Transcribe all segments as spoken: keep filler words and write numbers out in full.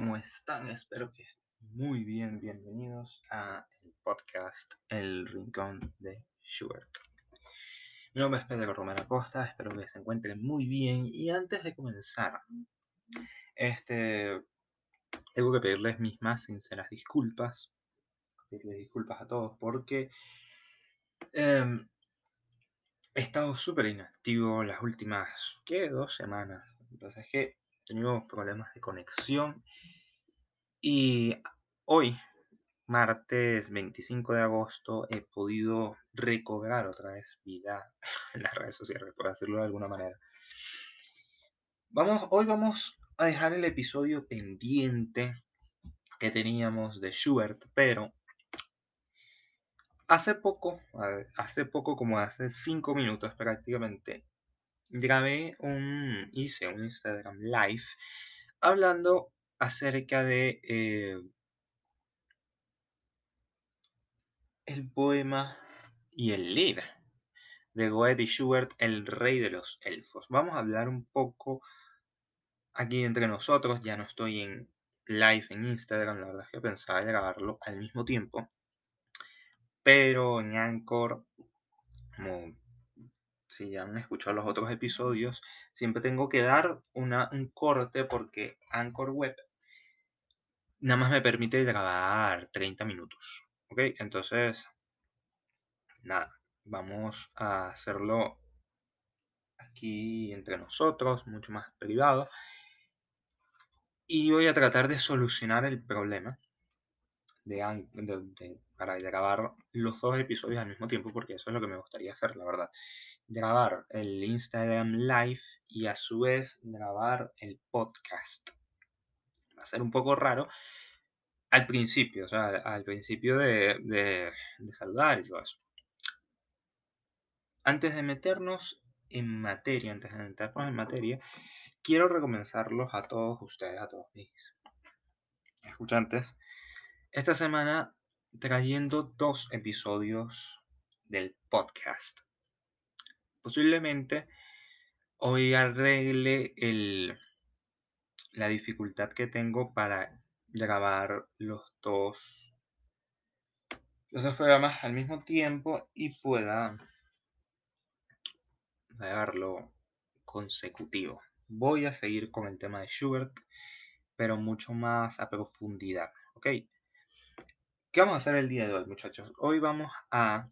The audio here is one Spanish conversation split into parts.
¿cómo están? Espero que estén muy bien. Bienvenidos a el podcast El Rincón de Schubert. Mi nombre es Pedro Romero Acosta, espero que se encuentren muy bien. Y antes de comenzar, este, tengo que pedirles mis más sinceras disculpas. Pedirles disculpas a todos porque eh, he estado súper inactivo las últimas, ¿qué? Dos semanas. Entonces es que he tenido problemas de conexión. Y hoy, martes veinticinco de agosto, he podido recobrar otra vez vida en las redes sociales, por decirlo de alguna manera. Vamos, hoy vamos a dejar el episodio pendiente que teníamos de Schubert, pero hace poco, hace poco, como hace cinco minutos prácticamente, grabé un, hice un Instagram Live hablando acerca de eh, el poema y el Lied de Goethe y Schubert, el rey de los elfos. Vamos a hablar un poco aquí entre nosotros. Ya no estoy en live en Instagram, la verdad es que pensaba grabarlo al mismo tiempo, pero en Anchor, como si ya han escuchado los otros episodios, siempre tengo que dar una, un corte porque Anchor Web nada más me permite grabar treinta minutos. ¿Ok? Entonces, nada, vamos a hacerlo aquí entre nosotros, mucho más privado. Y voy a tratar de solucionar el problema de, de, de, para grabar los dos episodios al mismo tiempo, porque eso es lo que me gustaría hacer, la verdad. Grabar el Instagram Live y a su vez grabar el podcast. Va a ser un poco raro al principio, o sea, al principio de, de, de saludar y todo eso. Antes de meternos en materia, antes de meternos en materia, quiero recomenzarlos a todos ustedes, a todos mis escuchantes, esta semana trayendo dos episodios del podcast. Posiblemente hoy arregle el, la dificultad que tengo para grabar los dos, los dos programas al mismo tiempo y pueda darlo consecutivo. Voy a seguir con el tema de Schubert, pero mucho más a profundidad, ¿ok? ¿Qué vamos a hacer el día de hoy, muchachos? Hoy vamos a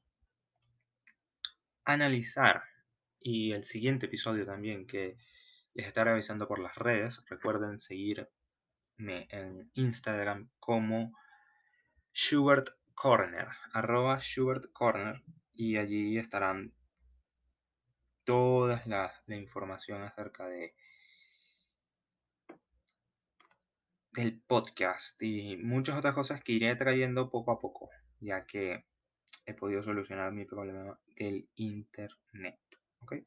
analizar, y el siguiente episodio también que les estaré avisando por las redes. Recuerden seguirme en Instagram como Schubert Corner, arroba Schubert Corner, y allí estarán toda la, la información acerca de del podcast y muchas otras cosas que iré trayendo poco a poco, ya que he podido solucionar mi problema del internet. ¿Ok?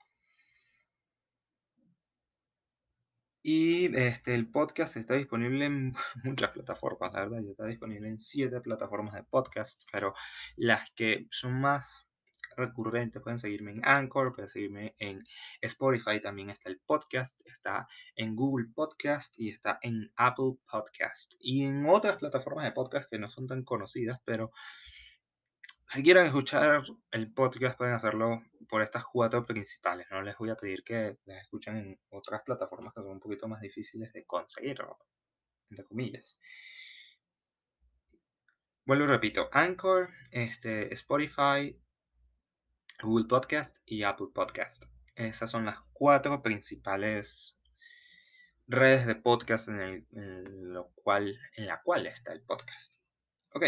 Y este, el podcast está disponible en muchas plataformas, la verdad, ya está disponible en siete plataformas de podcast, pero las que son más recurrentes pueden seguirme en Anchor, pueden seguirme en Spotify, también está el podcast, está en Google Podcast y está en Apple Podcast y en otras plataformas de podcast que no son tan conocidas, pero si quieren escuchar el podcast pueden hacerlo por estas cuatro principales. No les voy a pedir que las escuchen en otras plataformas que son un poquito más difíciles de conseguir, entre comillas. Vuelvo y repito, Anchor, este, Spotify, Google Podcast y Apple Podcast. Esas son las cuatro principales redes de podcast en, el, en, lo cual, en la cual está el podcast. Ok.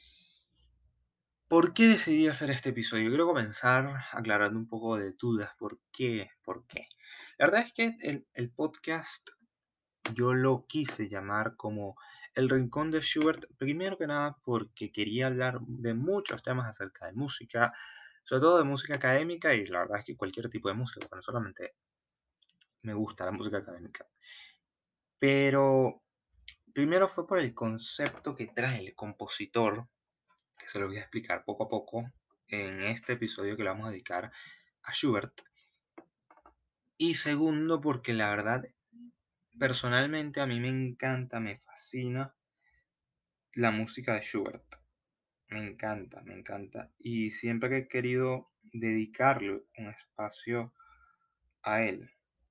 ¿Por qué decidí hacer este episodio? Quiero comenzar aclarando un poco de dudas. ¿Por qué? ¿Por qué? La verdad es que el, el podcast yo lo quise llamar como El Rincón de Schubert, primero que nada porque quería hablar de muchos temas acerca de música, sobre todo de música académica, y la verdad es que cualquier tipo de música, porque no solamente me gusta la música académica. Pero primero fue por el concepto que trae el compositor, que se lo voy a explicar poco a poco en este episodio que le vamos a dedicar a Schubert. Y segundo, porque la verdad personalmente a mí me encanta, me fascina la música de Schubert. Me encanta, me encanta. Y siempre he querido dedicarle un espacio a él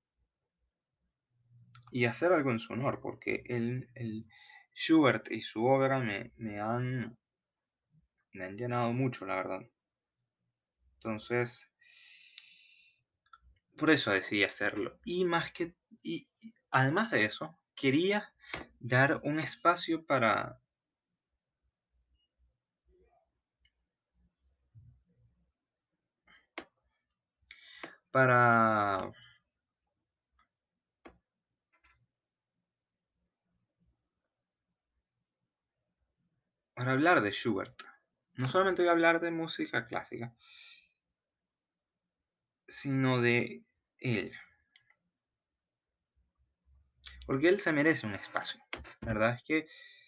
y hacer algo en su honor, porque él, el Schubert y su obra me, me han, me han llenado mucho, la verdad. Entonces, por eso decidí hacerlo. Y más que, y, y además de eso, quería dar un espacio para, para, para hablar de Schubert. No solamente voy a hablar de música clásica, sino de él. Porque él se merece un espacio. La verdad es que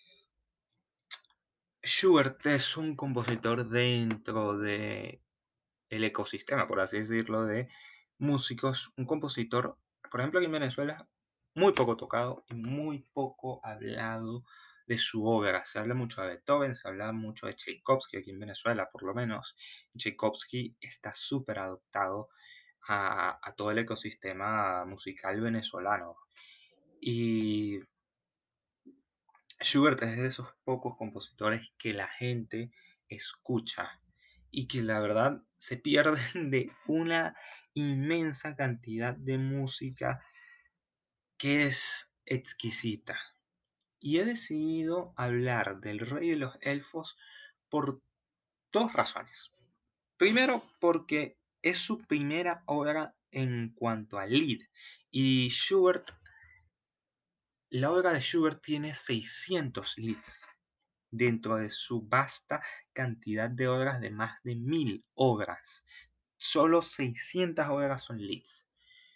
Schubert es un compositor dentro de el ecosistema, por así decirlo, de músicos, un compositor, por ejemplo, aquí en Venezuela, muy poco tocado y muy poco hablado de su obra. Se habla mucho de Beethoven, se habla mucho de Tchaikovsky aquí en Venezuela, por lo menos. Tchaikovsky está súper adoptado a, a todo el ecosistema musical venezolano. Y Schubert es de esos pocos compositores que la gente escucha y que la verdad se pierden de una inmensa cantidad de música que es exquisita. Y he decidido hablar del Rey de los Elfos por dos razones. Primero, porque es su primera obra en cuanto a lead. Y Schubert, la obra de Schubert tiene seiscientos leads dentro de su vasta cantidad de obras de más de mil obras. Solo seiscientas obras son leads.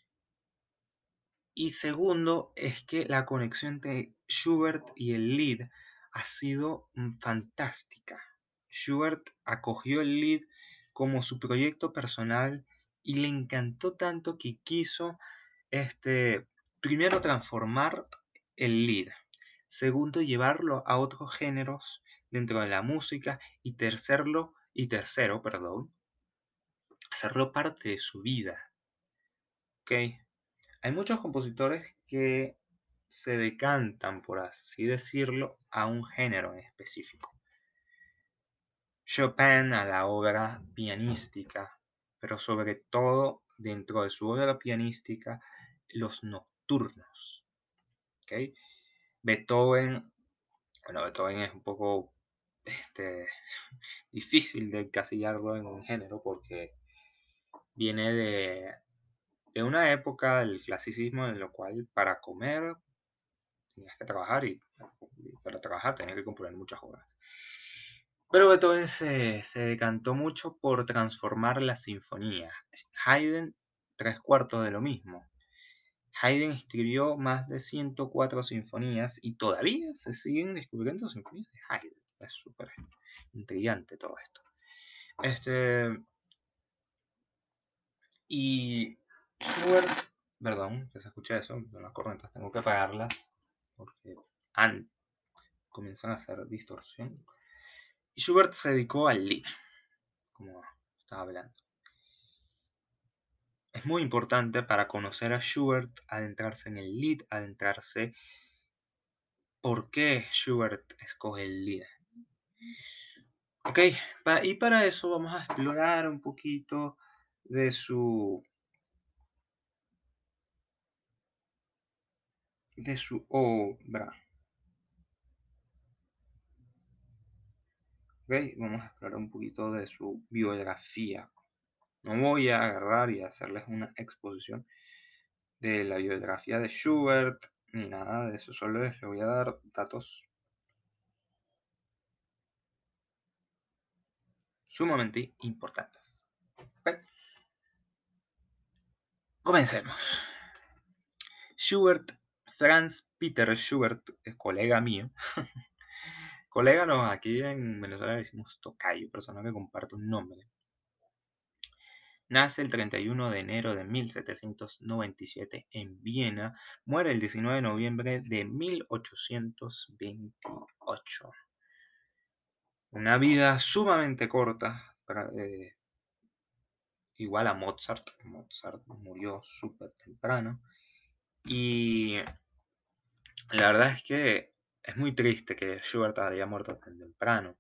Y segundo, es que la conexión entre Schubert y el lead ha sido mm, fantástica. Schubert acogió el lead como su proyecto personal y le encantó tanto que quiso este, primero transformar el lead, segundo llevarlo a otros géneros dentro de la música y tercero, y tercero, perdón, hacerlo parte de su vida. ¿Ok? Hay muchos compositores que se decantan, por así decirlo, a un género en específico. Chopin a la obra pianística, pero sobre todo dentro de su obra pianística, los nocturnos. ¿Okay? Beethoven, bueno, Beethoven es un poco este, difícil de encasillarlo en un género porque viene de, de una época del clasicismo en lo cual para comer tenías que trabajar y, y para trabajar tenías que componer muchas obras. Pero Beethoven se, se decantó mucho por transformar la sinfonía. Haydn, tres cuartos de lo mismo. Haydn escribió más de ciento cuatro sinfonías y todavía se siguen descubriendo sinfonías de Haydn. Es súper intrigante todo esto. Este, y Schubert, perdón, que se escucha eso, las cornetas tengo que apagarlas porque han, comienzan a hacer distorsión. Y Schubert se dedicó al lead, como estaba hablando. Es muy importante para conocer a Schubert adentrarse en el lead, adentrarse por qué Schubert escoge el lead. Ok, pa- y para eso vamos a explorar un poquito de su, de su obra. Ok, vamos a explorar un poquito de su biografía. No voy a agarrar y hacerles una exposición de la biografía de Schubert ni nada de eso, solo les voy a dar datos sumamente importantes. Ok, comencemos. Schubert, Franz Peter Schubert, es colega mío. Colega no, aquí en Venezuela le decimos tocayo, persona que comparte un nombre. Nace el treinta y uno de enero de mil setecientos noventa y siete en Viena. Muere el diecinueve de noviembre de mil ochocientos veintiocho. Una vida sumamente corta, pra- eh, igual a Mozart. Mozart murió súper temprano. Y la verdad es que es muy triste que Schubert haya muerto tan temprano.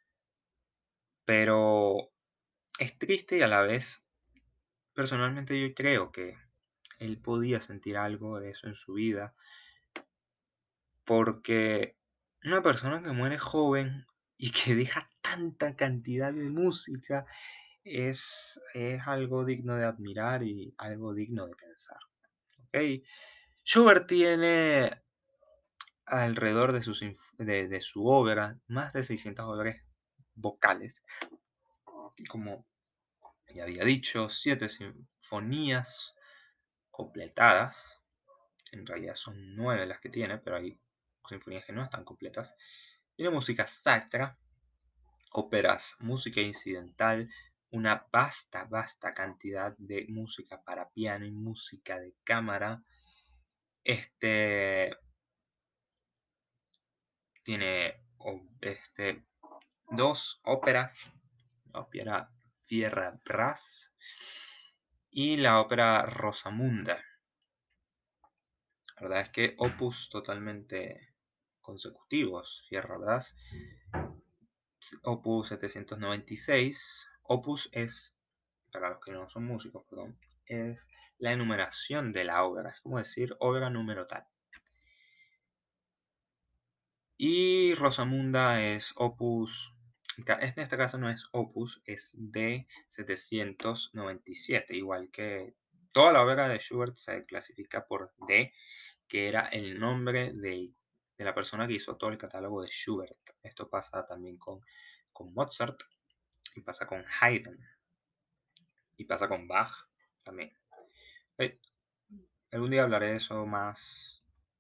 Pero es triste y a la vez, personalmente yo creo que él podía sentir algo de eso en su vida. Porque una persona que muere joven y que deja tanta cantidad de música es, es algo digno de admirar y algo digno de pensar. ¿Ok? Schubert tiene alrededor de, sus inf- de, de su obra más de seiscientas obras vocales, como ya había dicho, siete sinfonías completadas. En realidad son nueve las que tiene, pero hay sinfonías que no están completas. Tiene música sacra, óperas, música incidental, una vasta, vasta cantidad de música para piano y música de cámara. Este tiene o- este, dos óperas, la ópera Fierabras y la ópera Rosamunda. La verdad es que opus totalmente consecutivos, Fierabras, opus setecientos noventa y seis. Opus es, para los que no son músicos, perdón, es la enumeración de la obra, es como decir obra número tal. Y Rosamunda es opus, en este caso no es opus, es D setecientos noventa y siete, igual que toda la obra de Schubert se clasifica por D, que era el nombre del- de la persona que hizo todo el catálogo de Schubert. Esto pasa también con, con Mozart, y pasa con Haydn, y pasa con Bach también. Eh, algún día hablaré de eso más,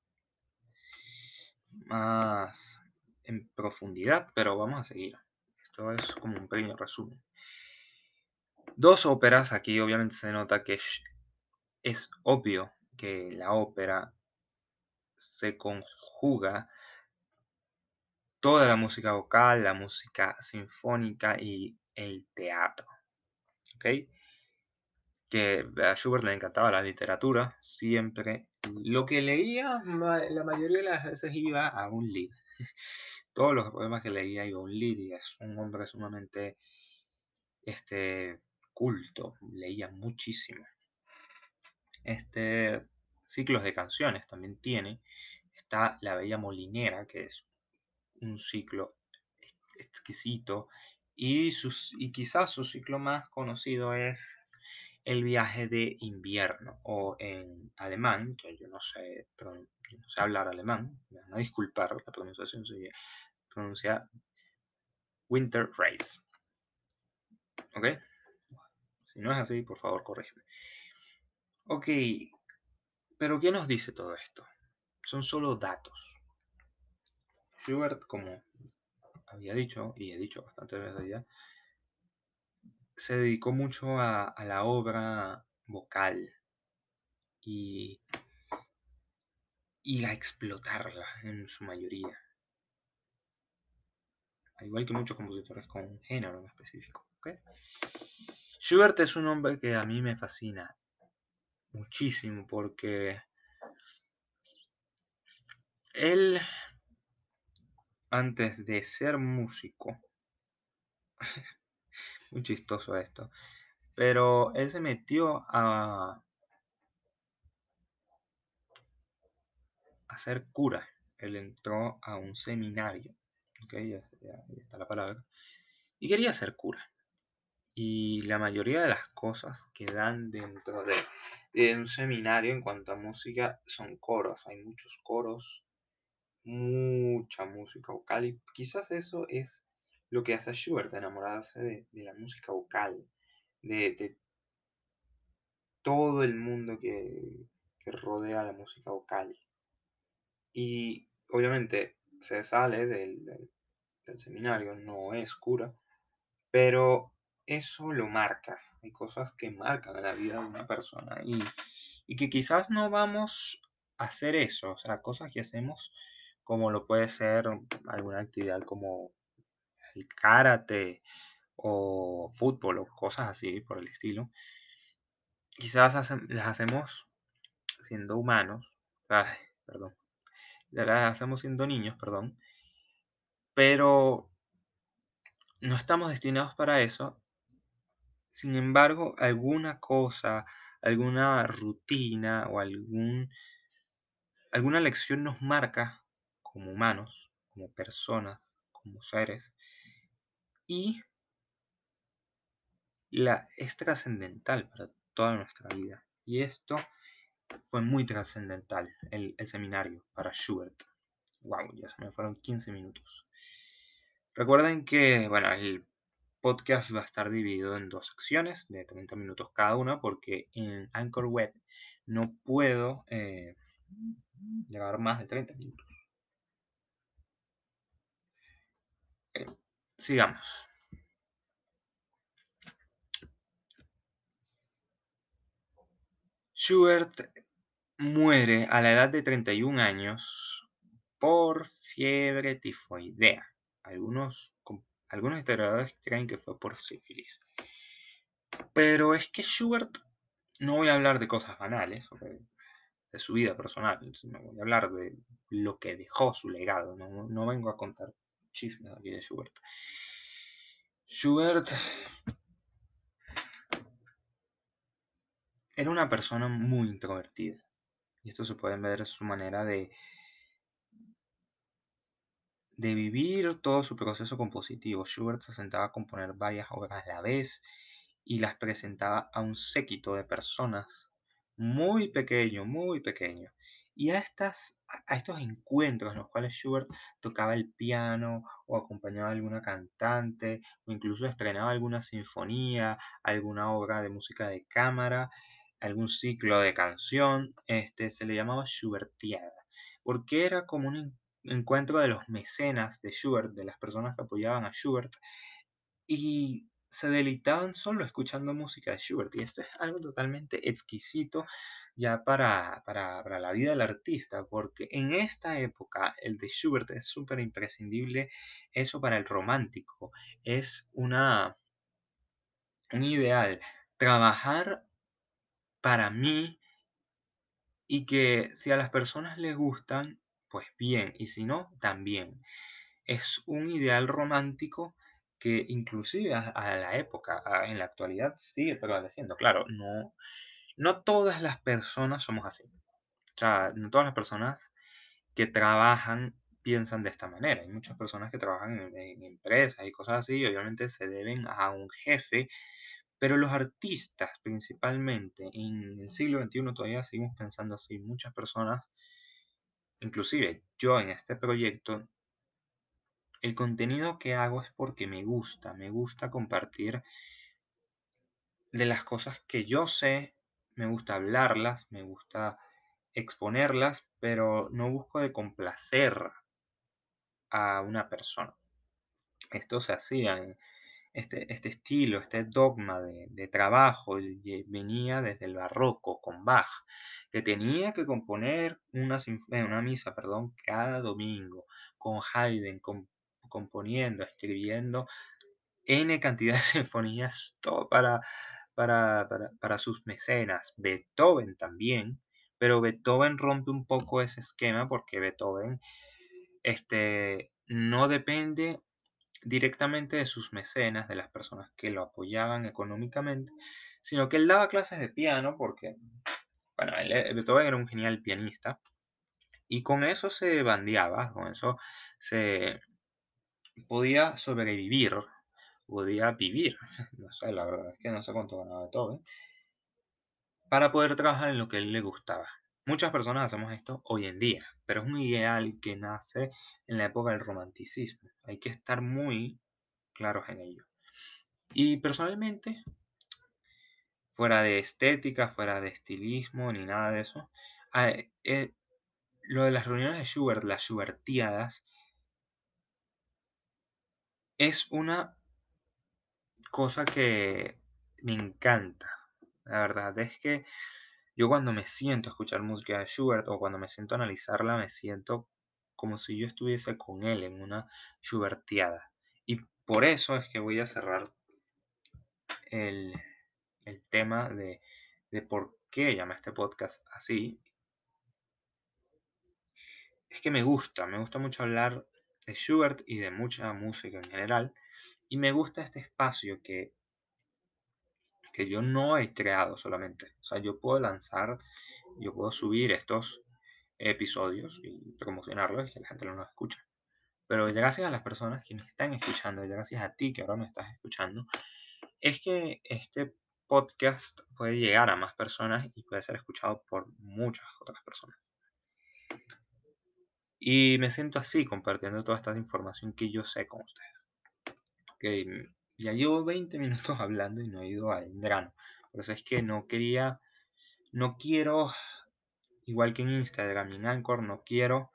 más en profundidad, pero vamos a seguir. Esto es como un pequeño resumen. Dos óperas, aquí obviamente se nota que es obvio que la ópera se conjuga toda la música vocal, la música sinfónica y el teatro. ¿Ok? Que a Schubert le encantaba la literatura, siempre. Lo que leía, la mayoría de las veces iba a un Lied. Todos los poemas que leía iba a un Lied, y es un hombre sumamente este, culto, leía muchísimo. Este, ciclos de canciones también tiene. Está La Bella Molinera, que es un ciclo exquisito, y, sus, y quizás su ciclo más conocido es El viaje de invierno, o en alemán, que yo no sé, pero yo no sé hablar alemán, me van a disculpar, la pronunciación se pronuncia Winter Race. ¿Ok? Si no es así, por favor, corrígeme. Ok, pero ¿qué nos dice todo esto? Son solo datos. Schubert, como había dicho, y he dicho bastantes veces ya, se dedicó mucho a, a la obra vocal y, y a explotarla en su mayoría. Al igual que muchos compositores con un género en específico. ¿Okay? Schubert es un hombre que a mí me fascina muchísimo porque él, antes de ser músico, muy chistoso esto, pero él se metió a, a ser cura. Él entró a un seminario, ¿okay? Ya, ya, ya está la palabra, y quería ser cura. Y la mayoría de las cosas que dan dentro de, de un seminario en cuanto a música son coros. Hay muchos coros, mucha música vocal, y quizás eso es lo que hace a Schubert enamorarse de, de la música vocal, de, de todo el mundo que, que rodea la música vocal. Y obviamente se sale del, del, del seminario, no es cura, pero eso lo marca, hay cosas que marcan la vida de una persona y, y que quizás no vamos a hacer eso, o sea, cosas que hacemos como lo puede ser alguna actividad como el karate o fútbol o cosas así por el estilo. Quizás hacem- las hacemos siendo humanos, ay, perdón, las hacemos siendo niños, perdón, pero no estamos destinados para eso. Sin embargo, alguna cosa, alguna rutina o algún, alguna lección nos marca como humanos, como personas, como seres, y la, es trascendental para toda nuestra vida. Y esto fue muy trascendental, el, el seminario para Schubert. Wow, ya se me fueron quince minutos. Recuerden que, bueno, el podcast va a estar dividido en dos secciones de treinta minutos cada una porque en Anchor Web no puedo eh, llevar más de treinta minutos. Eh, sigamos. Schubert muere a la edad de treinta y un años por fiebre tifoidea. Algunos, algunos historiadores creen que fue por sífilis. Pero es que Schubert, no voy a hablar de cosas banales, okay, de su vida personal, sino voy a hablar de lo que dejó su legado. No, no vengo a contar chismes aquí de Schubert. Schubert era una persona muy introvertida. Y esto se puede ver en su manera de, de vivir todo su proceso compositivo. Schubert se sentaba a componer varias obras a la vez y las presentaba a un séquito de personas muy pequeño, muy pequeño. Y a, estas, a estos encuentros en los cuales Schubert tocaba el piano o acompañaba a alguna cantante o incluso estrenaba alguna sinfonía, alguna obra de música de cámara, algún ciclo de canción, este, se le llamaba Schubertiada, porque era como un encuentro de los mecenas de Schubert, de las personas que apoyaban a Schubert, y se deleitaban solo escuchando música de Schubert. Y esto es algo totalmente exquisito ya para, para, para la vida del artista, porque en esta época el de Schubert es súper imprescindible, eso para el romántico, es una, un ideal, trabajar para mí y que si a las personas les gustan, pues bien, y si no, también. Es un ideal romántico que inclusive a, a la época, a- en la actualidad, sigue prevaleciendo. Claro, no, no todas las personas somos así. O sea, no todas las personas que trabajan piensan de esta manera. Hay muchas personas que trabajan en, en empresas y cosas así, y obviamente se deben a un jefe, pero los artistas principalmente en el siglo veintiuno todavía seguimos pensando así. Muchas personas, inclusive yo en este proyecto, el contenido que hago es porque me gusta, me gusta compartir de las cosas que yo sé, me gusta hablarlas, me gusta exponerlas, pero no busco de complacer a una persona. Esto se hacía en este, este estilo, este dogma de, de trabajo, y venía desde el barroco con Bach, que tenía que componer una, sinf- eh, una misa, perdón, cada domingo, con Haydn, com- componiendo, escribiendo N cantidad de sinfonías, todo para, para, para, para sus mecenas. Beethoven también, pero Beethoven rompe un poco ese esquema porque Beethoven este, no depende directamente de sus mecenas, de las personas que lo apoyaban económicamente, sino que él daba clases de piano porque, bueno, él, eh, Beethoven era un genial pianista y con eso se bandeaba, con eso se podía sobrevivir, podía vivir, no sé, la verdad es que no sé cuánto ganaba Beethoven, para poder trabajar en lo que a él le gustaba. Muchas personas hacemos esto hoy en día, pero es un ideal que nace en la época del romanticismo. Hay que estar muy claros en ello. Y personalmente, fuera de estética, fuera de estilismo, ni nada de eso, ah, eh, lo de las reuniones de Schubert, las Schubertiadas, es una cosa que me encanta. La verdad es que yo cuando me siento a escuchar música de Schubert o cuando me siento a analizarla, me siento como si yo estuviese con él en una Schubertiada. Y por eso es que voy a cerrar el, el tema de, de por qué llama este podcast así. Es que me gusta, me gusta mucho hablar de Schubert y de mucha música en general. Y me gusta este espacio que, que yo no he creado solamente. O sea, yo puedo lanzar, yo puedo subir estos episodios y promocionarlos y que la gente los escucha. Pero gracias a las personas que me están escuchando, y gracias a ti que ahora me estás escuchando, es que este podcast puede llegar a más personas y puede ser escuchado por muchas otras personas. Y me siento así compartiendo toda esta información que yo sé con ustedes. Okay, ya llevo veinte minutos hablando y no he ido al grano. Por eso es que no quería, no quiero, igual que en Instagram y en Anchor, no quiero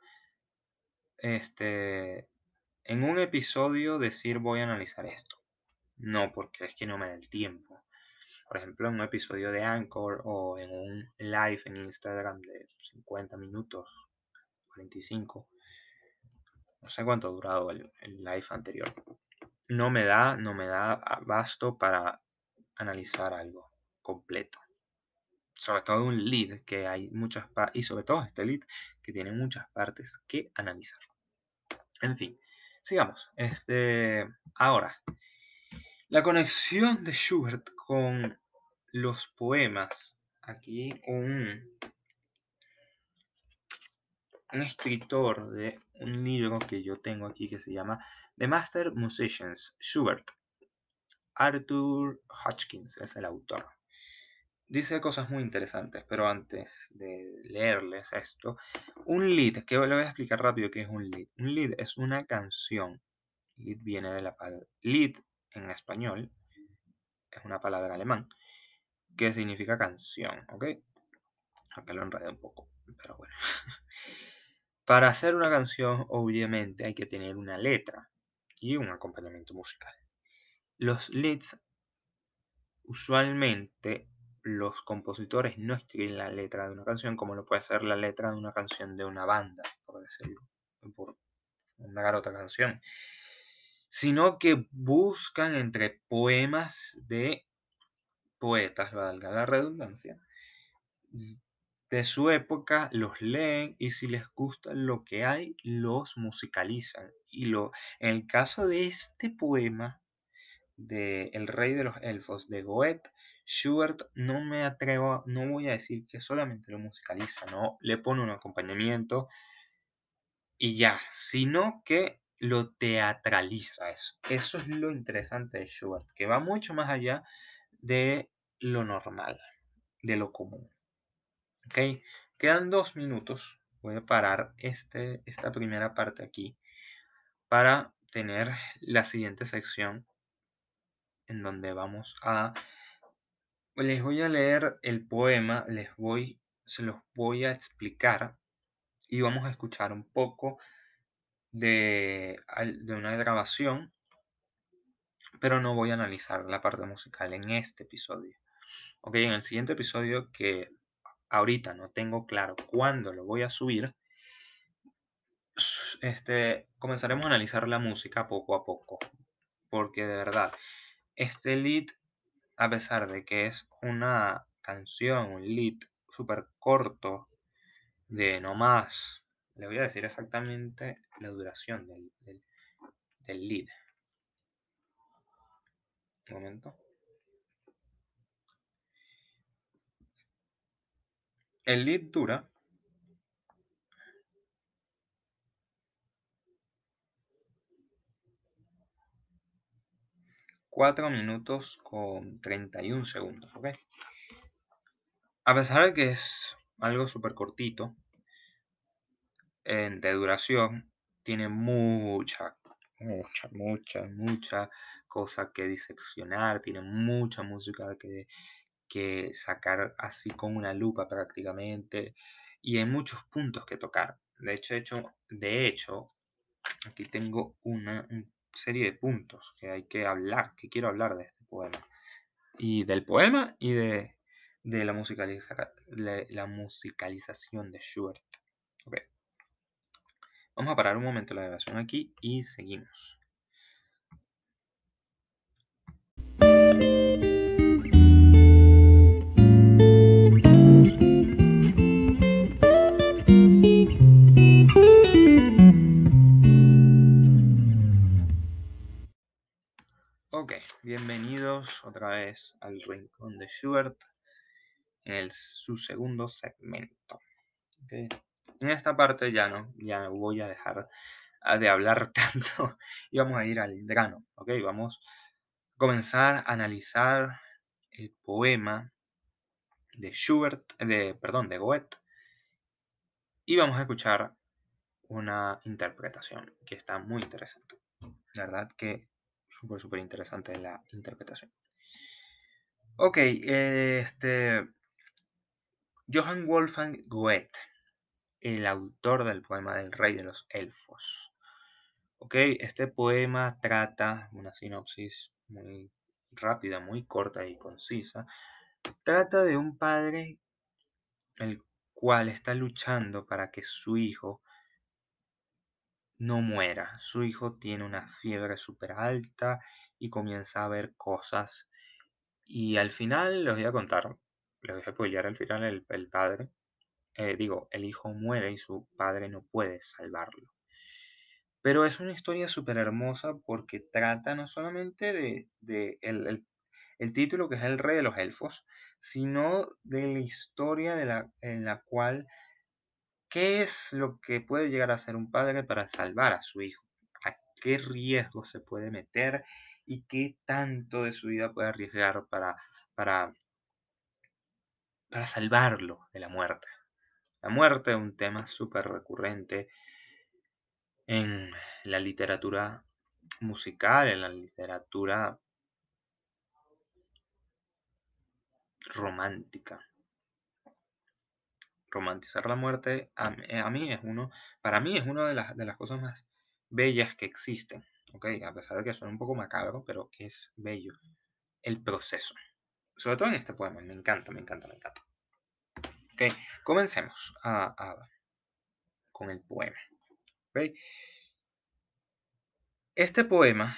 este, en un episodio decir voy a analizar esto. No, porque es que no me da el tiempo. Por ejemplo, en un episodio de Anchor o en un live en Instagram de cincuenta minutos, cuarenta y cinco, no sé cuánto ha durado el, el live anterior. No me da, no me da abasto para analizar algo completo. Sobre todo un lead que hay muchas partes, y sobre todo este lead que tiene muchas partes que analizar. En fin, sigamos. Este, ahora, la conexión de Schubert con los poemas. Aquí un, un escritor de un libro que yo tengo aquí que se llama The Master Musicians, Schubert. Arthur Hutchins es el autor. Dice cosas muy interesantes, pero antes de leerles esto, un lead, que le voy a explicar rápido qué es un lead. Un lead es una canción. Lead viene de la palabra lead en español, es una palabra alemán, que significa canción, ¿ok? Acá lo enredé un poco, pero bueno. Para hacer una canción, obviamente, hay que tener una letra y un acompañamiento musical. Los leads, usualmente, los compositores no escriben la letra de una canción como lo puede ser la letra de una canción de una banda, por decirlo, por nombrar otra canción, sino que buscan entre poemas de poetas, valga la redundancia, de su época, los leen y si les gusta lo que hay, los musicalizan. Y lo, en el caso de este poema de El Rey de los Elfos de Goethe, Schubert no me atrevo, no voy a decir que solamente lo musicaliza, no, le pone un acompañamiento y ya, sino que lo teatraliza. Eso, eso es lo interesante de Schubert, que va mucho más allá de lo normal, de lo común. Ok, quedan dos minutos. Voy a parar este, esta primera parte aquí para tener la siguiente sección en donde vamos a... Les voy a leer el poema, les voy, se los voy a explicar y vamos a escuchar un poco de, de una grabación, pero no voy a analizar la parte musical en este episodio. Ok, en el siguiente episodio que ahorita no tengo claro cuándo lo voy a subir, este, comenzaremos a analizar la música poco a poco, porque de verdad, este lead, a pesar de que es una canción, un lead súper corto, de no más, le voy a decir exactamente la duración del, del, del lead. Un momento. El lead dura cuatro minutos con treinta y un segundos, ¿ok? A pesar de que es algo súper cortito, de duración, tiene mucha, mucha, mucha, mucha cosa que diseccionar, tiene mucha música que, que sacar así con una lupa prácticamente, y hay muchos puntos que tocar. De hecho, hecho, de hecho aquí tengo una, una serie de puntos que hay que hablar, que quiero hablar de este poema. y del poema y de, de la, musicaliza, la, la musicalización de Schubert. Okay. Vamos a parar un momento la grabación aquí y seguimos. Ok, bienvenidos otra vez al Rincón de Schubert en el, su segundo segmento. Okay. En esta parte ya no, ya voy a dejar de hablar tanto y vamos a ir al grano. Ok, vamos a comenzar a analizar el poema de Schubert, de, perdón, de Goethe, y vamos a escuchar una interpretación que está muy interesante. La verdad que súper, súper interesante la interpretación. Ok, este... Johann Wolfgang Goethe, el autor del poema del Rey de los Elfos. Ok, este poema trata, una sinopsis muy rápida, muy corta y concisa, trata de un padre el cual está luchando para que su hijo no muera. Su hijo tiene una fiebre súper alta y comienza a ver cosas. Y al final, les voy a contar, les voy a apoyar al final el, el padre, eh, digo, el hijo muere y su padre no puede salvarlo. Pero es una historia súper hermosa porque trata no solamente de, de el, el, el, título que es el Rey de los Elfos, sino de la historia de la, en la cual, ¿qué es lo que puede llegar a hacer un padre para salvar a su hijo? ¿A qué riesgo se puede meter? ¿Y qué tanto de su vida puede arriesgar para, para, para salvarlo de la muerte? La muerte es un tema súper recurrente en la literatura musical, en la literatura romántica. Romantizar la muerte a, a mí es uno, para mí es una de las, de las cosas más bellas que existen, ¿ok? A pesar de que suena un poco macabro, pero es bello el proceso. Sobre todo en este poema, me encanta, me encanta, me encanta. Ok, comencemos a, a, con el poema. ¿Okay? Este poema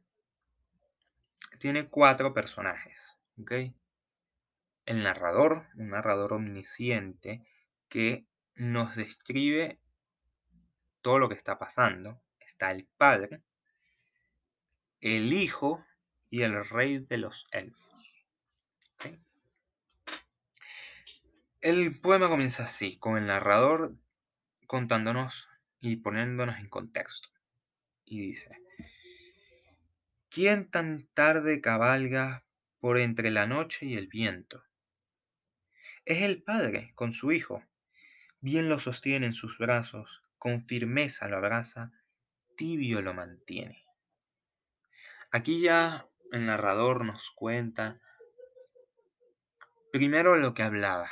tiene cuatro personajes, ¿ok? El narrador, un narrador omnisciente que nos describe todo lo que está pasando. Está el padre, el hijo y el rey de los elfos. ¿Okay? El poema comienza así, con el narrador contándonos y poniéndonos en contexto. Y dice: ¿quién tan tarde cabalga por entre la noche y el viento? Es el padre con su hijo. Bien lo sostiene en sus brazos, con firmeza lo abraza, tibio lo mantiene. Aquí ya el narrador nos cuenta primero lo que hablaba,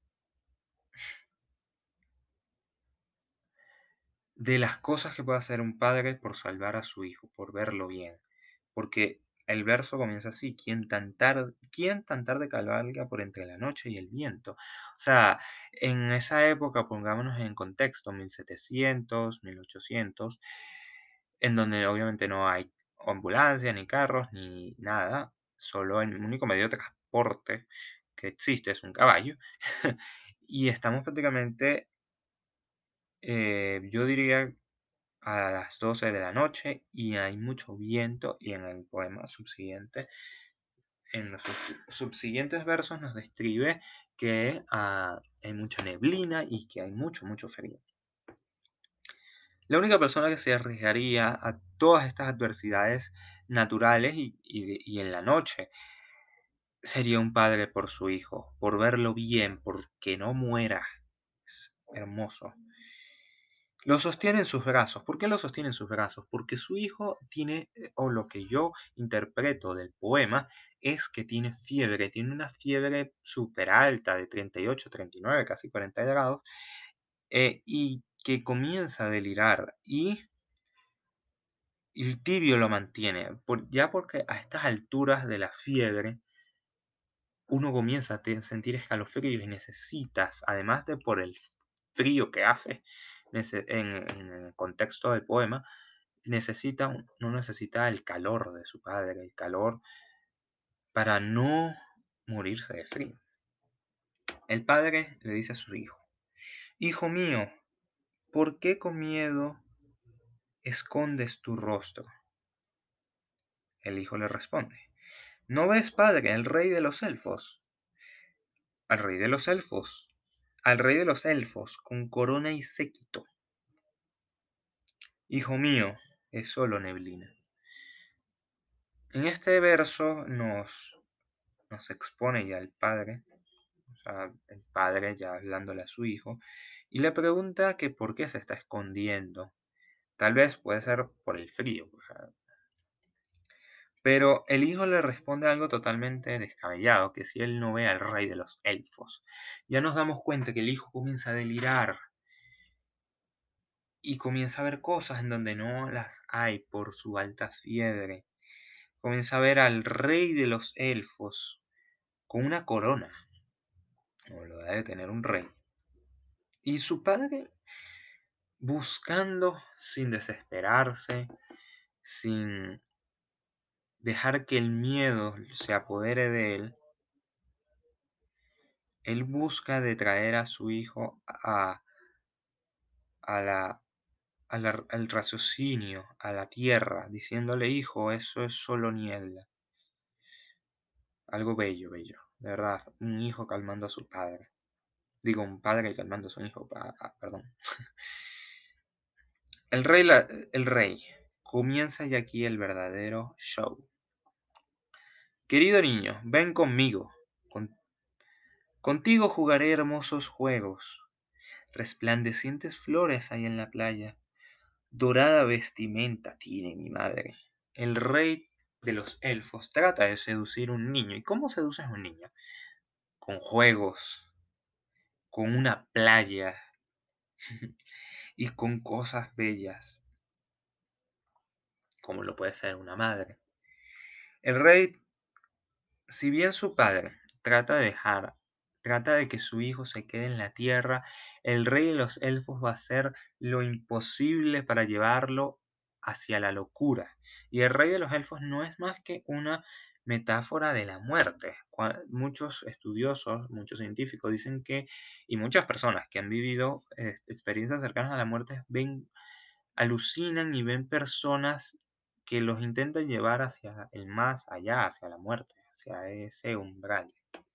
de las cosas que puede hacer un padre por salvar a su hijo, por verlo bien. Porque el verso comienza así: ¿quién tan tarde, quién tan tarde cabalga por entre la noche y el viento? O sea, en esa época, pongámonos en contexto, mil setecientos, mil ochocientos, en donde obviamente no hay ambulancia, ni carros, ni nada, solo el único medio de transporte que existe es un caballo. Y estamos prácticamente, eh, yo diría, a las doce de la noche y hay mucho viento, y en el poema subsiguiente, en los subsiguientes versos nos describe que uh, hay mucha neblina y que hay mucho, mucho frío. La única persona que se arriesgaría a todas estas adversidades naturales y, y, y en la noche sería un padre por su hijo, por verlo bien, porque no muera. Es hermoso. Lo sostiene en sus brazos. ¿Por qué lo sostiene en sus brazos? Porque su hijo tiene, o lo que yo interpreto del poema, es que tiene fiebre, tiene una fiebre súper alta de treinta y ocho, treinta y nueve, casi cuarenta grados, eh, y que comienza a delirar, y el tibio lo mantiene, por, ya porque a estas alturas de la fiebre, uno comienza a te- sentir escalofríos y necesitas, además de por el frío que hace nece- en, en el contexto del poema, necesita, un- no necesita el calor de su padre, el calor para no morirse de frío. El padre le dice a su hijo: Hijo mío, ¿por qué con miedo escondes tu rostro? El hijo le responde: ¿No ves, padre, el rey de los elfos? Al rey de los elfos, al rey de los elfos, con corona y séquito. Hijo mío, es solo neblina. En este verso nos, nos expone ya el padre, o sea, el padre ya hablándole a su hijo, y le pregunta que por qué se está escondiendo. Tal vez puede ser por el frío, o sea, pero el hijo le responde algo totalmente descabellado, que si él no ve al rey de los elfos. Ya nos damos cuenta que el hijo comienza a delirar y comienza a ver cosas en donde no las hay por su alta fiebre. Comienza a ver al rey de los elfos con una corona, como lo debe tener un rey. Y su padre buscando sin desesperarse, sin dejar que el miedo se apodere de él, él busca de traer a su hijo a, a la, a la- al raciocinio, a la tierra, diciéndole: hijo, eso es solo niebla. Algo bello, bello, de verdad, un hijo calmando a su padre. Digo, un padre calmando a su hijo, pa- ah, perdón. El rey, la- el rey, comienza ya aquí el verdadero show. Querido niño, ven conmigo. Con- contigo jugaré hermosos juegos. Resplandecientes flores hay en la playa. Dorada vestimenta tiene mi madre. El rey de los elfos trata de seducir a un niño. ¿Y cómo seduces a un niño? Con juegos, con una playa y con cosas bellas, como lo puede ser una madre. El rey, si bien su padre trata de dejar, trata de que su hijo se quede en la tierra, el rey de los elfos va a hacer lo imposible para llevarlo hacia la locura. Y el rey de los elfos no es más que una metáfora de la muerte. Cua- Muchos estudiosos, muchos científicos dicen que, y muchas personas que han vivido eh, experiencias cercanas a la muerte, ven, alucinan y ven personas que los intentan llevar hacia el más allá, hacia la muerte, hacia ese umbral.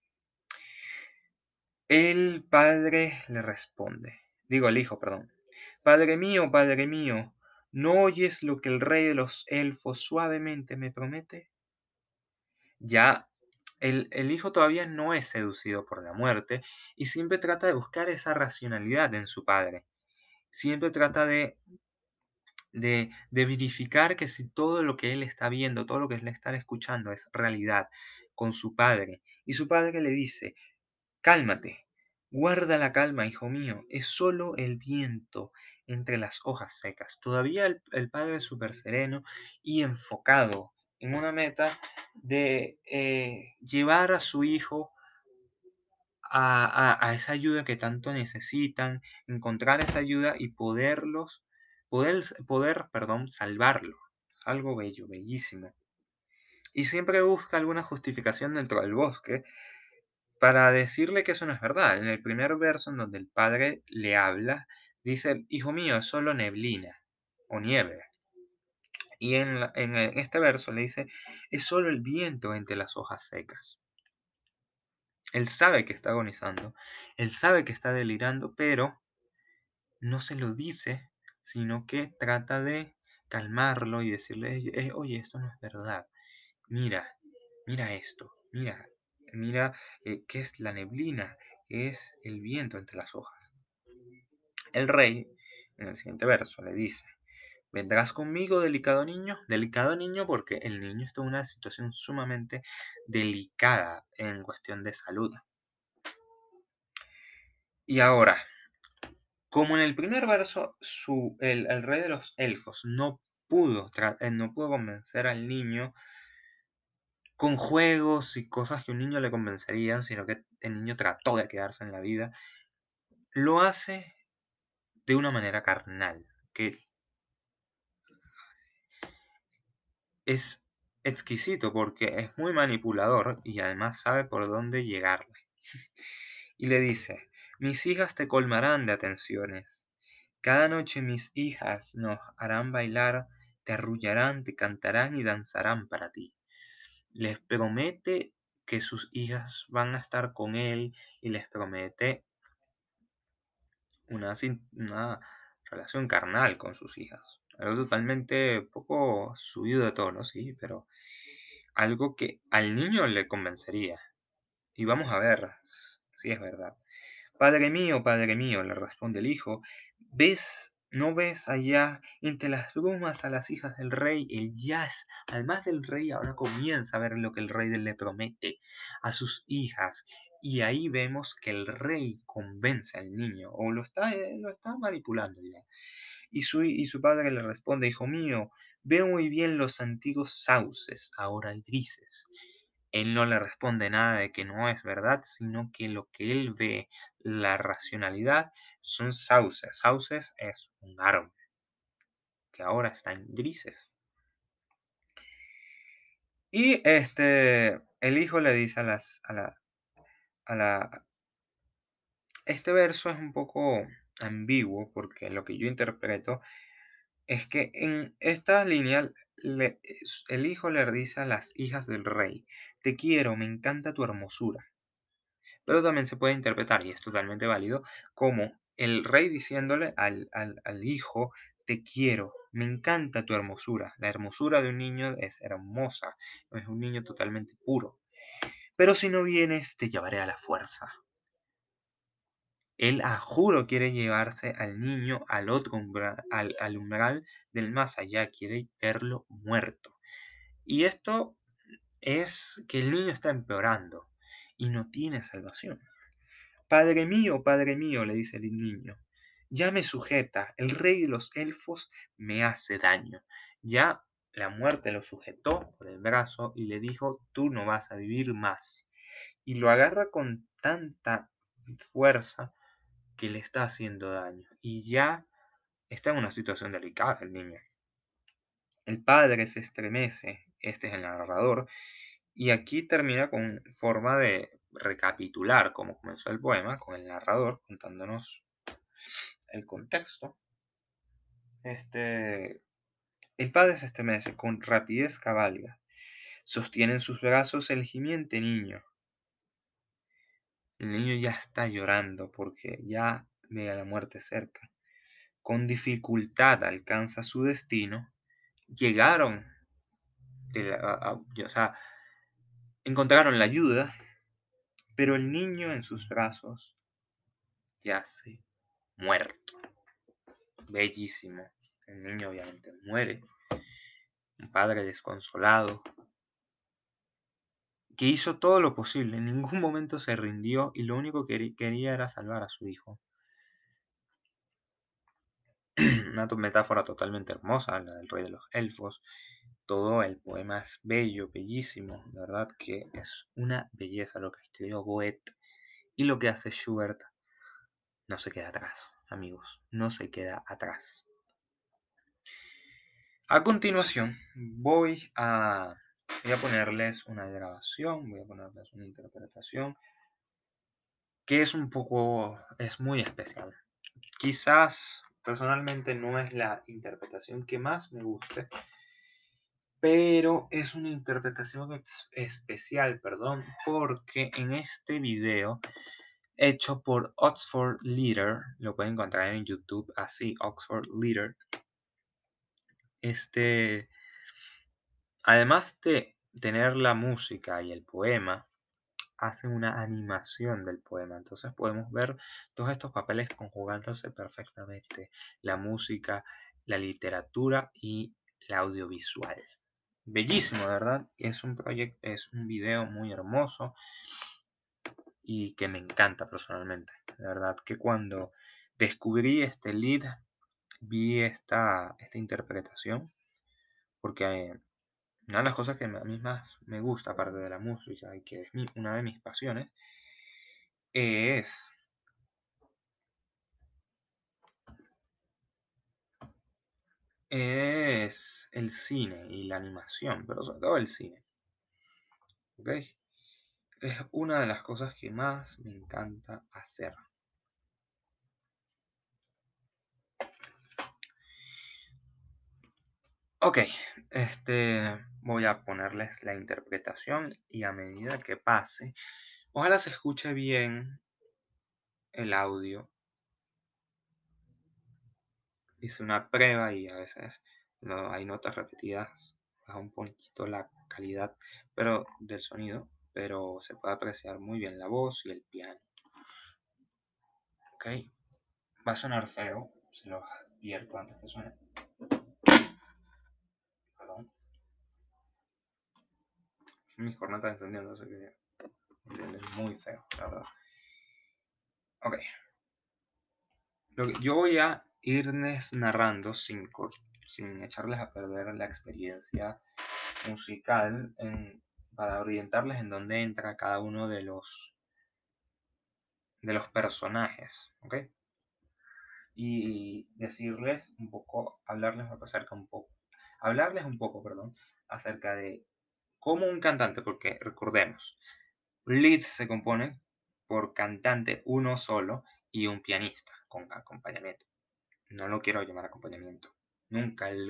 El padre le responde, digo el hijo, perdón: Padre mío, padre mío, ¿no oyes lo que el rey de los elfos suavemente me promete? Ya el, el hijo todavía no es seducido por la muerte y siempre trata de buscar esa racionalidad en su padre. Siempre trata de de, de verificar que si todo lo que él está viendo, todo lo que él está escuchando es realidad con su padre. Y su padre le dice: cálmate, guarda la calma, hijo mío, es solo el viento entre las hojas secas. Todavía el, el padre es súper sereno y enfocado en una meta de eh, llevar a su hijo a, a- a esa ayuda que tanto necesitan, encontrar esa ayuda y poderlos, poder, poder, perdón, salvarlo. Algo bello, bellísimo. Y siempre busca alguna justificación dentro del bosque para decirle que eso no es verdad. En el primer verso en donde el padre le habla, dice: hijo mío, es solo neblina o nieve. Y en, la- en este verso le dice: es solo el viento entre las hojas secas. Él sabe que está agonizando, él sabe que está delirando, pero no se lo dice, sino que trata de calmarlo y decirle: "Eh, oye, esto no es verdad. Mira, mira esto, mira, mira eh, qué es la neblina, qué es el viento entre las hojas". El rey, en el siguiente verso, le dice: ¿vendrás conmigo, delicado niño? Delicado niño porque el niño está en una situación sumamente delicada en cuestión de salud. Y ahora, como en el primer verso, su, el, el rey de los elfos no pudo, tra- eh, no pudo convencer al niño con juegos y cosas que a un niño le convencerían, sino que el niño trató de quedarse en la vida, lo hace de una manera carnal, que es exquisito porque es muy manipulador y además sabe por dónde llegarle. Y le dice, mis hijas te colmarán de atenciones. Cada noche mis hijas nos harán bailar, te arrullarán, te cantarán y danzarán para ti. Les promete que sus hijas van a estar con él y les promete una, sin- una relación carnal con sus hijas. Algo totalmente poco subido de tono, sí, pero algo que al niño le convencería. Y vamos a ver si es verdad. Padre mío, padre mío, le responde el hijo, ¿ves, no ves allá entre las brumas a las hijas del rey? El jazz, además del rey, ahora comienza a ver lo que el rey le promete a sus hijas. Y ahí vemos que el rey convence al niño, o lo está, eh, lo está manipulando ya. Y su, y su padre le responde, hijo mío, veo muy bien los antiguos sauces, ahora grises. Él no le responde nada de que no es verdad, sino que lo que él ve, la racionalidad, son sauces. Sauces es un árbol que ahora está en grises. Y este, el hijo le dice a las, a la, a la, este verso es un poco ambiguo porque lo que yo interpreto es que en esta línea le- el hijo le dice a las hijas del rey, te quiero, me encanta tu hermosura. Pero también se puede interpretar, y es totalmente válido, como el rey diciéndole al, al, al hijo, te quiero, me encanta tu hermosura. La hermosura de un niño es hermosa, es un niño totalmente puro. Pero si no vienes, te llevaré a la fuerza. Él, a juro, quiere llevarse al niño al otro umbral, al, al umbral del más allá, quiere verlo muerto. Y esto es que el niño está empeorando y no tiene salvación. Padre mío, padre mío, le dice el niño, ya me sujeta, el rey de los elfos me hace daño. Ya la muerte lo sujetó por el brazo y le dijo, tú no vas a vivir más. Y lo agarra con tanta fuerza que le está haciendo daño. Y ya está en una situación delicada el niño. El padre se estremece, este es el narrador, y aquí termina con forma de recapitular cómo comenzó el poema, con el narrador contándonos el contexto. Este, el padre se estremece, con rapidez cabalga. Sostiene en sus brazos el gimiente niño. El niño ya está llorando porque ya ve a la muerte cerca. Con dificultad alcanza su destino. Llegaron, de la- a- a- o sea, encontraron la ayuda, pero el niño en sus brazos yace muerto. Bellísimo. El niño obviamente muere. Un padre desconsolado que hizo todo lo posible, en ningún momento se rindió y lo único que quería era salvar a su hijo. Una metáfora totalmente hermosa, la del rey de los elfos. Todo el poema es bello, bellísimo. La verdad que es una belleza lo que escribió Goethe y lo que hace Schubert. No se queda atrás, amigos, no se queda atrás. A continuación voy a, voy a ponerles una grabación, voy a ponerles una interpretación que es un poco, es muy especial. Quizás personalmente no es la interpretación que más me guste, pero es una interpretación ex- especial, perdón, porque en este video hecho por Oxford Leader, lo pueden encontrar en YouTube así, Oxford Leader, este, además de tener la música y el poema, hace una animación del poema. Entonces podemos ver todos estos papeles conjugándose perfectamente. La música, la literatura y la audiovisual. Bellísimo, ¿verdad? Es un proyecto, es un video muy hermoso y que me encanta personalmente. La verdad que cuando descubrí este lead, vi esta, esta interpretación, porque Una de las cosas que a mí más me gusta, aparte de la música, y que es mi- una de mis pasiones, es, es el cine y la animación, pero sobre todo el cine. ¿Ok? Es una de las cosas que más me encanta hacer. Ok, este, voy a ponerles la interpretación y a medida que pase, ojalá se escuche bien el audio. Hice una prueba y a veces no, hay notas repetidas, baja un poquito la calidad pero, del sonido, pero se puede apreciar muy bien la voz y el piano. Ok, va a sonar feo, se los advierto antes que suene. Perdón. Mis cornetas encendiendo, así que entienden muy feo, la verdad. Ok. Lo que, yo voy a irles narrando sin, sin echarles a perder la experiencia musical en, para orientarles en dónde entra cada uno de los de los personajes, ¿ok? Y decirles un poco, hablarles acerca un poco, hablarles un poco, perdón, acerca de cómo un cantante, porque recordemos, lead se compone por cantante uno solo y un pianista con acompañamiento. No lo quiero llamar acompañamiento. Nunca el,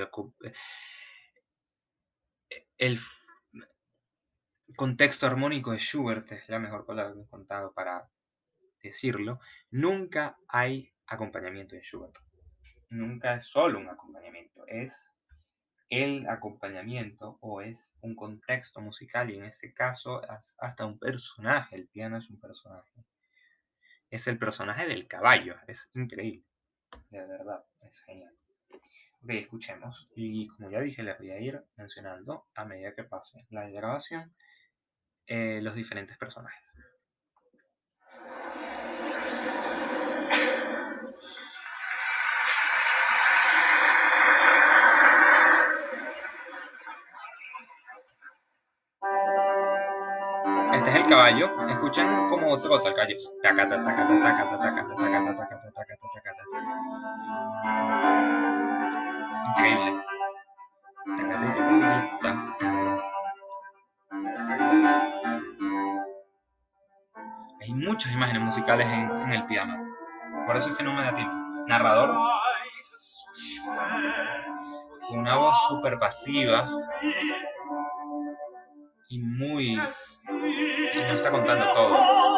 el contexto armónico de Schubert es la mejor palabra que he encontrado para decirlo. Nunca hay acompañamiento en Schubert. Nunca es solo un acompañamiento. Es el acompañamiento o es un contexto musical y en este caso hasta un personaje. El piano es un personaje. Es el personaje del caballo. Es increíble. De verdad, es genial. Ok, escuchemos. Y como ya dije, les voy a ir mencionando a medida que pase la grabación eh, los diferentes personajes. Este es el caballo. Escuchen cómo trota el caballo. Tacata, tacata, tacata, tacata, tacata, tacata, tacata, tacata. Increíble. Hay muchas imágenes musicales en, en el piano. Por eso es que no me da tiempo. Narrador. Con una voz súper pasiva. Y muy... Y no está contando todo.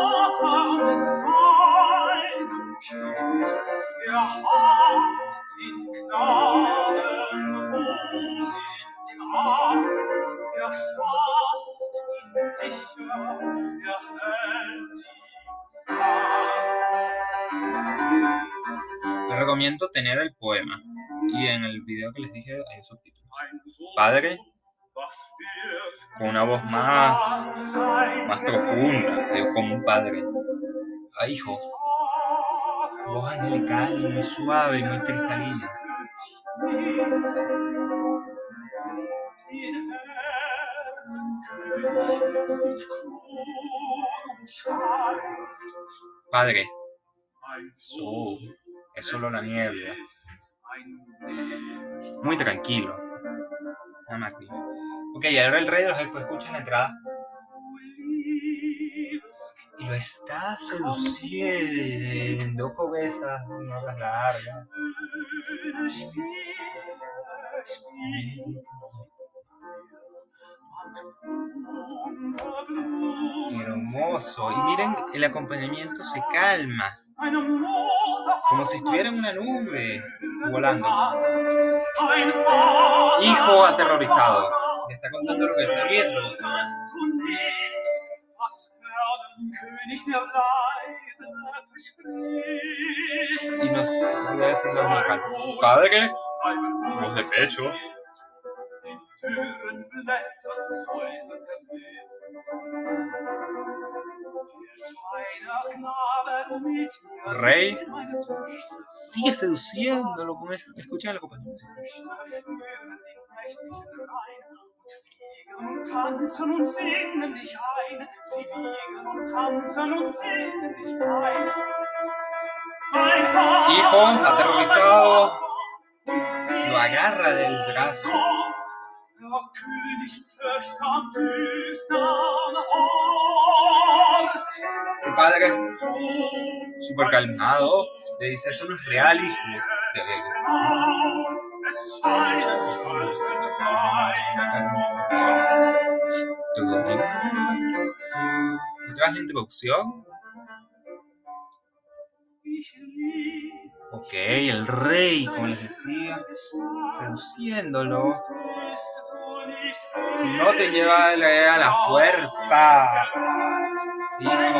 Les recomiendo tener el poema. Y en el video que les dije hay subtítulos. Padre, con una voz más, más profunda, digo, como un padre. A hijo, voz angelical y muy suave y muy cristalina. Padre, oh, es solo la niebla. Muy tranquilo. Una máquina. Ok, ahora el rey de los elfos, escuchen la entrada. Y lo está seduciendo con esas notas largas. Hermoso. Y miren, el acompañamiento se calma. Como si estuviera en una nube volando. Hijo aterrorizado. Le está contando lo que está viendo. Y no sé si debe ser más vocal. Padre, voz de pecho. Rey sigue seduciéndolo con él. Escuchen el acompañamiento. Hijo, aterrorizado, lo agarra del brazo. Tu padre, súper calmado, le dice: eso no es real, hijo. ¿Esta es la introducción? Ok, el rey, como les decía, seduciéndolo. Si no te lleva a la, a la fuerza, hijo,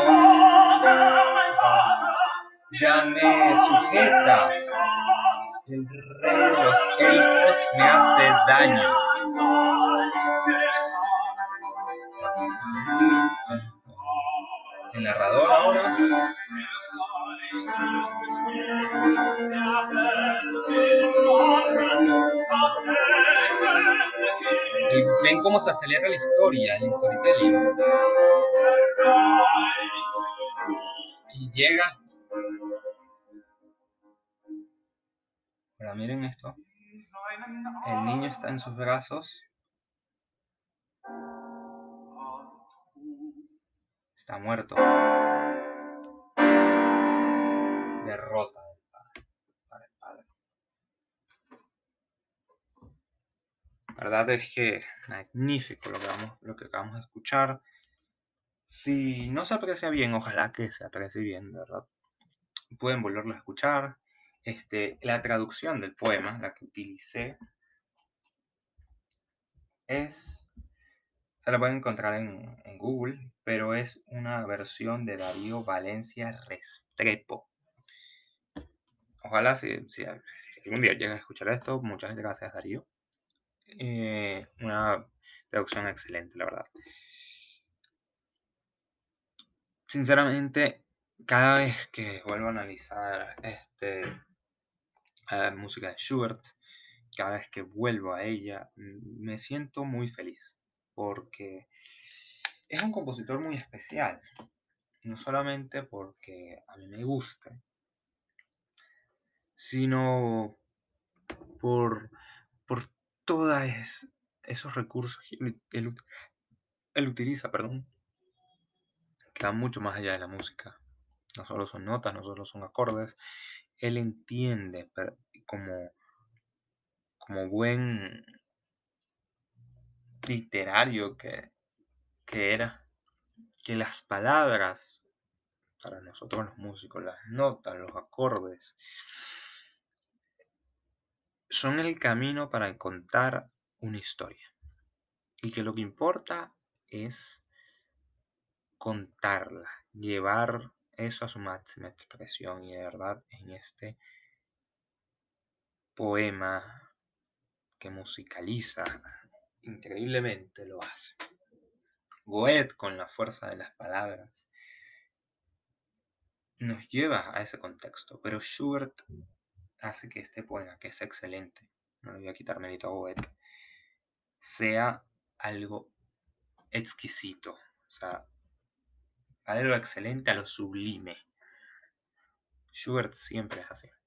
ya me sujeta. El rey de los elfos me hace daño. El narrador ahora. Y ven cómo se acelera la historia, el storytelling. Y llega. Ahora miren esto. El niño está en sus brazos. Está muerto. Derrota del padre, para el padre. La verdad es que magnífico lo que, vamos, lo que acabamos de escuchar. Si no se aprecia bien, ojalá que se aprecie bien, de verdad. Pueden volverlo a escuchar. Este, la traducción del poema, la que utilicé, es... Se la pueden encontrar en, en Google, pero es una versión de Darío Valencia Restrepo. Ojalá si, si algún día llegas a escuchar esto, muchas gracias, Darío. Eh, una traducción excelente, la verdad. Sinceramente, cada vez que vuelvo a analizar este, la música de Schubert, cada vez que vuelvo a ella, me siento muy feliz, porque es un compositor muy especial. No solamente porque a mí me gusta, sino por, por todos es, esos recursos que él, él, él utiliza, perdón, que van mucho más allá de la música. No solo son notas, no solo son acordes. Él entiende como, como buen literario que, que era, que las palabras, para nosotros los músicos, las notas, los acordes, son el camino para contar una historia. Y que lo que importa es contarla, llevar eso a su máxima expresión. Y de verdad, en este poema que musicaliza increíblemente lo hace. Goethe, con la fuerza de las palabras, nos lleva a ese contexto, pero Schubert hace que este poema, que es excelente, no le voy a quitar mérito a Goethe, sea algo exquisito, o sea, de lo excelente a lo sublime. Schubert siempre es así.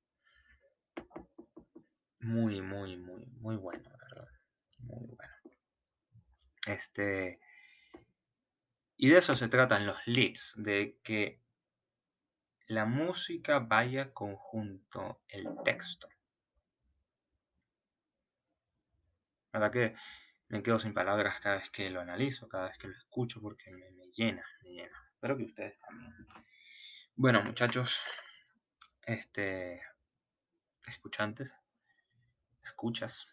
Muy, muy, muy, muy bueno, la verdad. Muy bueno. Este... Y de eso se tratan los leads, de que la música vaya conjunto el texto. La verdad que me quedo sin palabras cada vez que lo analizo, cada vez que lo escucho, porque me, me llena, me llena. Espero que ustedes también. Bueno, muchachos, este, escuchantes, escuchas.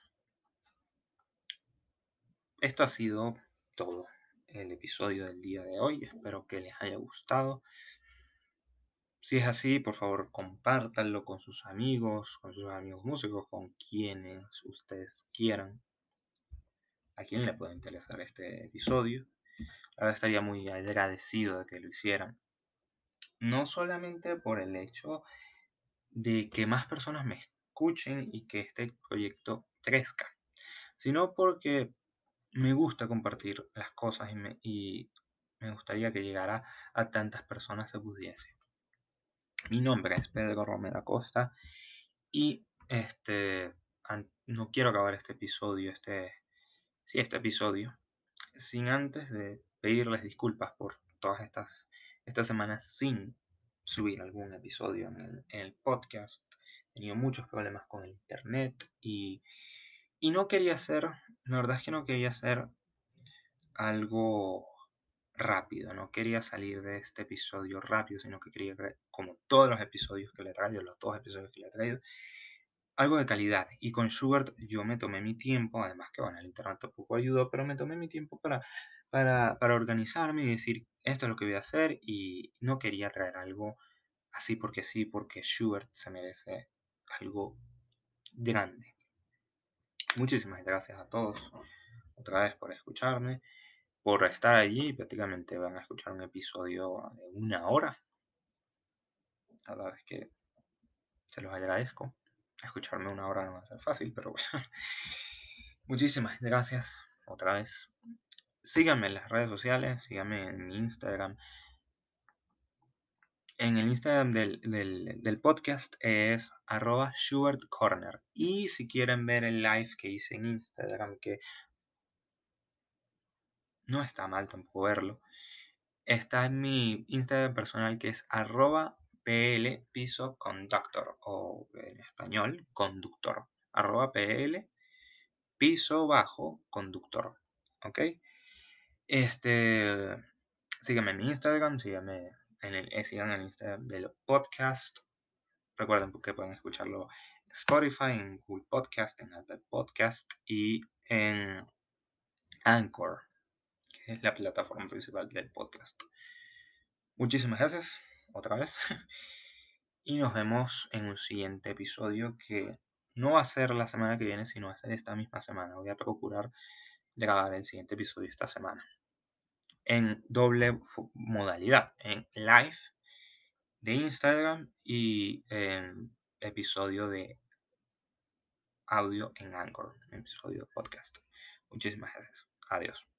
Esto ha sido todo el episodio del día de hoy. Espero que les haya gustado. Si es así, por favor, compártanlo con sus amigos, con sus amigos músicos, con quienes ustedes quieran. A quien le pueda interesar este episodio. La verdad estaría muy agradecido de que lo hicieran. No solamente por el hecho de que más personas me escuchen y que este proyecto crezca, sino porque me gusta compartir las cosas y me, y me gustaría que llegara a tantas personas se pudiese. Mi nombre es Pedro Romero Acosta y este an- no quiero acabar este episodio, este, sí, este episodio, sin antes de pedirles disculpas por todas estas, estas semanas sin subir algún episodio en el, en el podcast. He tenido muchos problemas con el internet y, y no quería hacer, la verdad es que no quería hacer algo rápido, no quería salir de este episodio rápido, sino que quería, que, como todos los episodios que le he traído, los dos episodios que le he traído, algo de calidad. Y con Schubert yo me tomé mi tiempo, además que bueno, el internet tampoco ayudó, pero me tomé mi tiempo para, para, para organizarme y decir, esto es lo que voy a hacer, y no quería traer algo así porque sí, porque Schubert se merece algo grande. Muchísimas gracias a todos otra vez por escucharme, por estar allí. Prácticamente van a escuchar un episodio de una hora. La verdad es que se los agradezco. Escucharme una hora no va a ser fácil, pero bueno. Muchísimas gracias otra vez. Síganme en las redes sociales, síganme en mi Instagram. En el Instagram del, del, del podcast es arroba Corner. Y si quieren ver el live que hice en Instagram, que no está mal tampoco verlo, está en mi Instagram personal que es arroba pl piso conductor, o en español conductor, arroba pl piso bajo conductor, ok. Este, síganme en mi Instagram, síganme en el, eh, sigan en el Instagram del podcast. Recuerden que pueden escucharlo en Spotify, en Google Podcast, en Apple Podcast y en Anchor, que es la plataforma principal del podcast. Muchísimas gracias otra vez y nos vemos en un siguiente episodio que no va a ser la semana que viene, sino va a ser esta misma semana. Voy a procurar grabar el siguiente episodio esta semana en doble modalidad, en live de Instagram y en episodio de audio en Anchor, episodio podcast. Muchísimas gracias. Adiós.